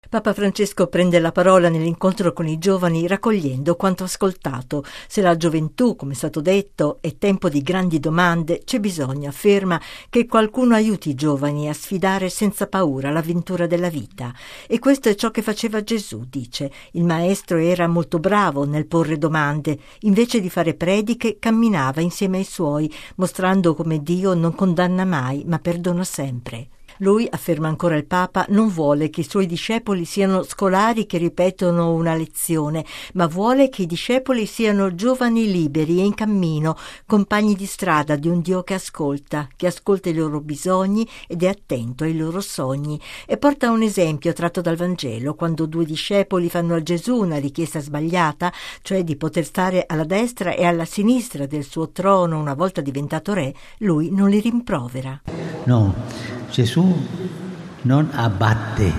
Papa Francesco prende la parola nell'incontro con i giovani raccogliendo quanto ascoltato. Se la gioventù, come è stato detto, è tempo di grandi domande, c'è bisogno, afferma, che qualcuno aiuti i giovani a sfidare senza paura l'avventura della vita. E questo è ciò che faceva Gesù, dice. Il maestro era molto bravo nel porre domande. Invece di fare prediche, camminava insieme ai suoi, mostrando come Dio non condanna mai, ma perdona sempre. Lui, afferma ancora il Papa, non vuole che i suoi discepoli siano scolari che ripetono una lezione, ma vuole che i discepoli siano giovani liberi e in cammino, compagni di strada di un Dio che ascolta i loro bisogni ed è attento ai loro sogni. E porta un esempio tratto dal Vangelo, quando 2 discepoli fanno a Gesù una richiesta sbagliata, cioè di poter stare alla destra e alla sinistra del suo trono una volta diventato re, lui non li rimprovera. No. Gesù non abbatte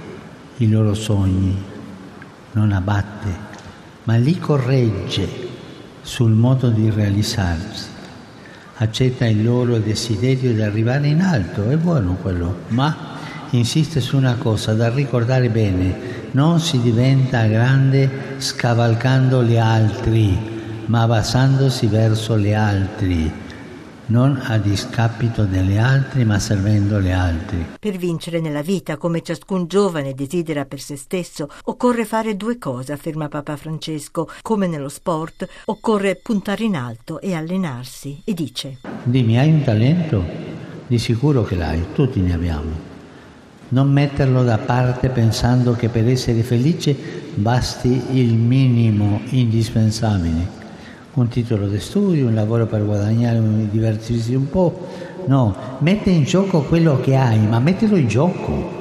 i loro sogni, non abbatte, ma li corregge sul modo di realizzarsi. Accetta il loro desiderio di arrivare in alto, è buono quello, ma insiste su una cosa da ricordare bene: non si diventa grande scavalcando gli altri, ma basandosi verso gli altri. Non a discapito delle altre, ma servendo le altre. Per vincere nella vita, come ciascun giovane desidera per se stesso, occorre fare 2 cose, afferma Papa Francesco. Come nello sport, occorre puntare in alto e allenarsi. E dice: Dimmi, hai un talento? Di sicuro che l'hai, tutti ne abbiamo. Non metterlo da parte pensando che per essere felice basti il minimo indispensabile. Un titolo di studio, un lavoro per guadagnare, divertirsi un po'. No, mette in gioco quello che hai, ma mettilo in gioco.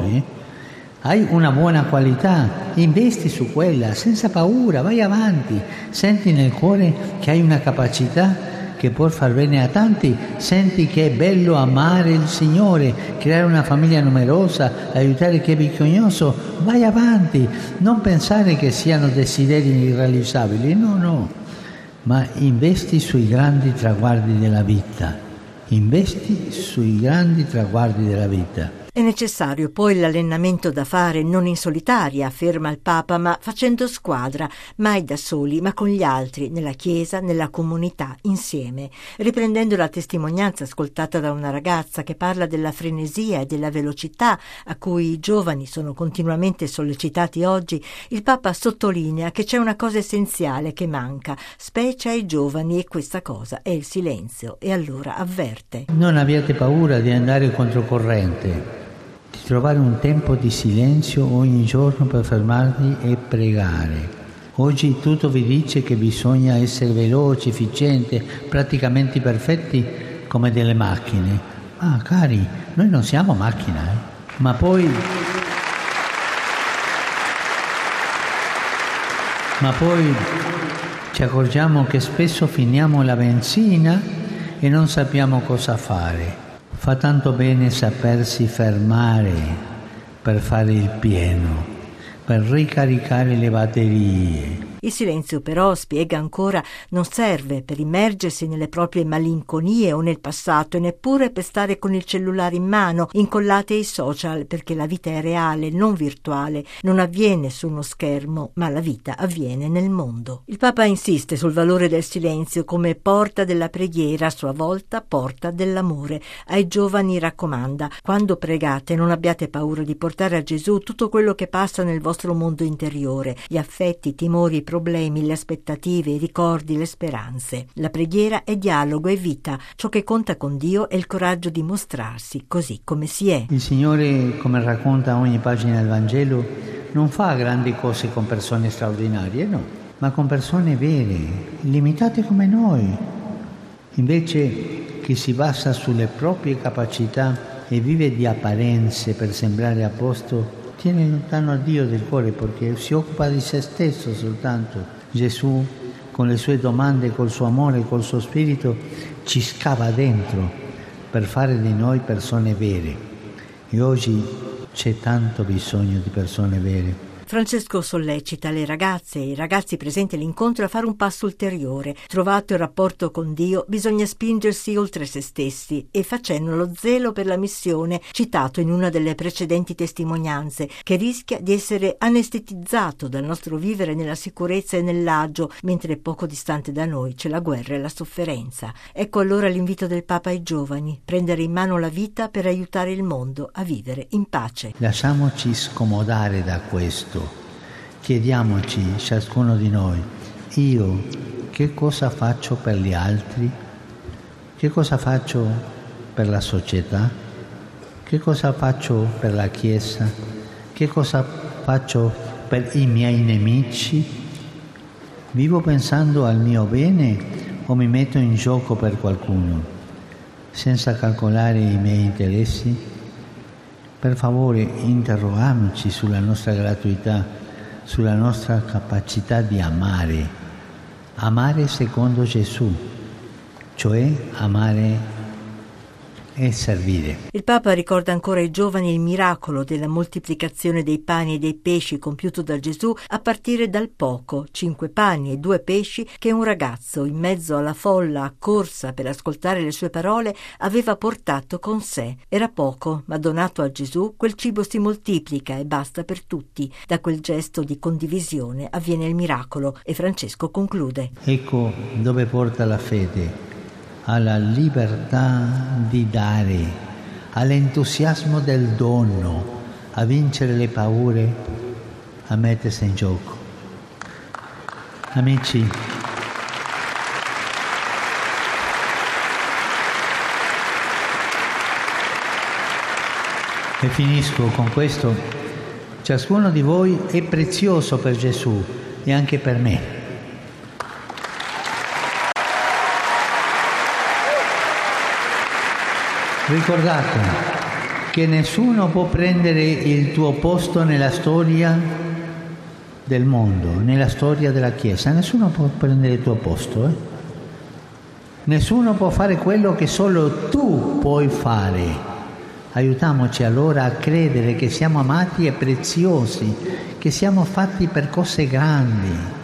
Hai una buona qualità, investi su quella, senza paura, vai avanti. Senti nel cuore che hai una capacità che può far bene a tanti. Senti che è bello amare il Signore, creare una famiglia numerosa, aiutare chi è bisognoso. Vai avanti. Non pensare che siano desideri irrealizzabili, no. Ma investi sui grandi traguardi della vita. Investi sui grandi traguardi della vita. È necessario poi l'allenamento da fare non in solitaria, afferma il Papa, ma facendo squadra, mai da soli, ma con gli altri, nella Chiesa, nella comunità, insieme. Riprendendo la testimonianza ascoltata da una ragazza che parla della frenesia e della velocità a cui i giovani sono continuamente sollecitati oggi, il Papa sottolinea che c'è una cosa essenziale che manca, specie ai giovani, e questa cosa è il silenzio. E allora avverte: non abbiate paura di andare controcorrente, di trovare un tempo di silenzio ogni giorno per fermarvi e pregare. Oggi tutto vi dice che bisogna essere veloci, efficienti, praticamente perfetti come delle macchine. Ma cari, noi non siamo macchina, Ma poi ci accorgiamo che spesso finiamo la benzina e non sappiamo cosa fare. Fa tanto bene sapersi fermare per fare il pieno, per ricaricare le batterie. Il silenzio però, spiega ancora, non serve per immergersi nelle proprie malinconie o nel passato e neppure per stare con il cellulare in mano, incollati ai social, perché la vita è reale, non virtuale, non avviene su uno schermo, ma la vita avviene nel mondo. Il Papa insiste sul valore del silenzio come porta della preghiera, a sua volta porta dell'amore. Ai giovani raccomanda: quando pregate non abbiate paura di portare a Gesù tutto quello che passa nel vostro mondo interiore, gli affetti, i timori, i problemi, le aspettative, i ricordi, le speranze. La preghiera è dialogo, è vita. Ciò che conta con Dio è il coraggio di mostrarsi così come si è. Il Signore, come racconta ogni pagina del Vangelo, non fa grandi cose con persone straordinarie, no, ma con persone vere, limitate come noi. Invece chi si basa sulle proprie capacità e vive di apparenze per sembrare a posto, tiene lontano a Dio del cuore, perché si occupa di se stesso soltanto. Gesù, con le sue domande, col suo amore, col suo spirito, ci scava dentro per fare di noi persone vere. E oggi c'è tanto bisogno di persone vere. Francesco sollecita le ragazze e i ragazzi presenti all'incontro a fare un passo ulteriore. Trovato il rapporto con Dio, bisogna spingersi oltre se stessi e facendo lo zelo per la missione, citato in una delle precedenti testimonianze, che rischia di essere anestetizzato dal nostro vivere nella sicurezza e nell'agio, mentre poco distante da noi c'è la guerra e la sofferenza. Ecco allora l'invito del Papa ai giovani: prendere in mano la vita per aiutare il mondo a vivere in pace. Lasciamoci scomodare da questo, chiediamoci ciascuno di noi: io che cosa faccio per gli altri? Che cosa faccio per la società? Che cosa faccio per la Chiesa? Che cosa faccio per i miei nemici? Vivo pensando al mio bene o mi metto in gioco per qualcuno, senza calcolare i miei interessi? Per favore, interrogiamoci sulla nostra gratuità, sulla nostra capacità di amare secondo Gesù, cioè amare e servire. Il Papa ricorda ancora ai giovani il miracolo della moltiplicazione dei pani e dei pesci compiuto da Gesù a partire dal poco, 5 pani e 2 pesci, che un ragazzo, in mezzo alla folla accorsa per ascoltare le sue parole, aveva portato con sé. Era poco, ma donato a Gesù quel cibo si moltiplica e basta per tutti. Da quel gesto di condivisione avviene il miracolo, e Francesco conclude: Ecco dove porta la fede, alla libertà di dare, all'entusiasmo del dono, a vincere le paure, a mettersi in gioco. Amici, e finisco con questo: ciascuno di voi è prezioso per Gesù e anche per me. Ricordate che nessuno può prendere il tuo posto nella storia del mondo, nella storia della Chiesa. Nessuno può prendere il tuo posto. Nessuno può fare quello che solo tu puoi fare. Aiutiamoci allora a credere che siamo amati e preziosi, che siamo fatti per cose grandi.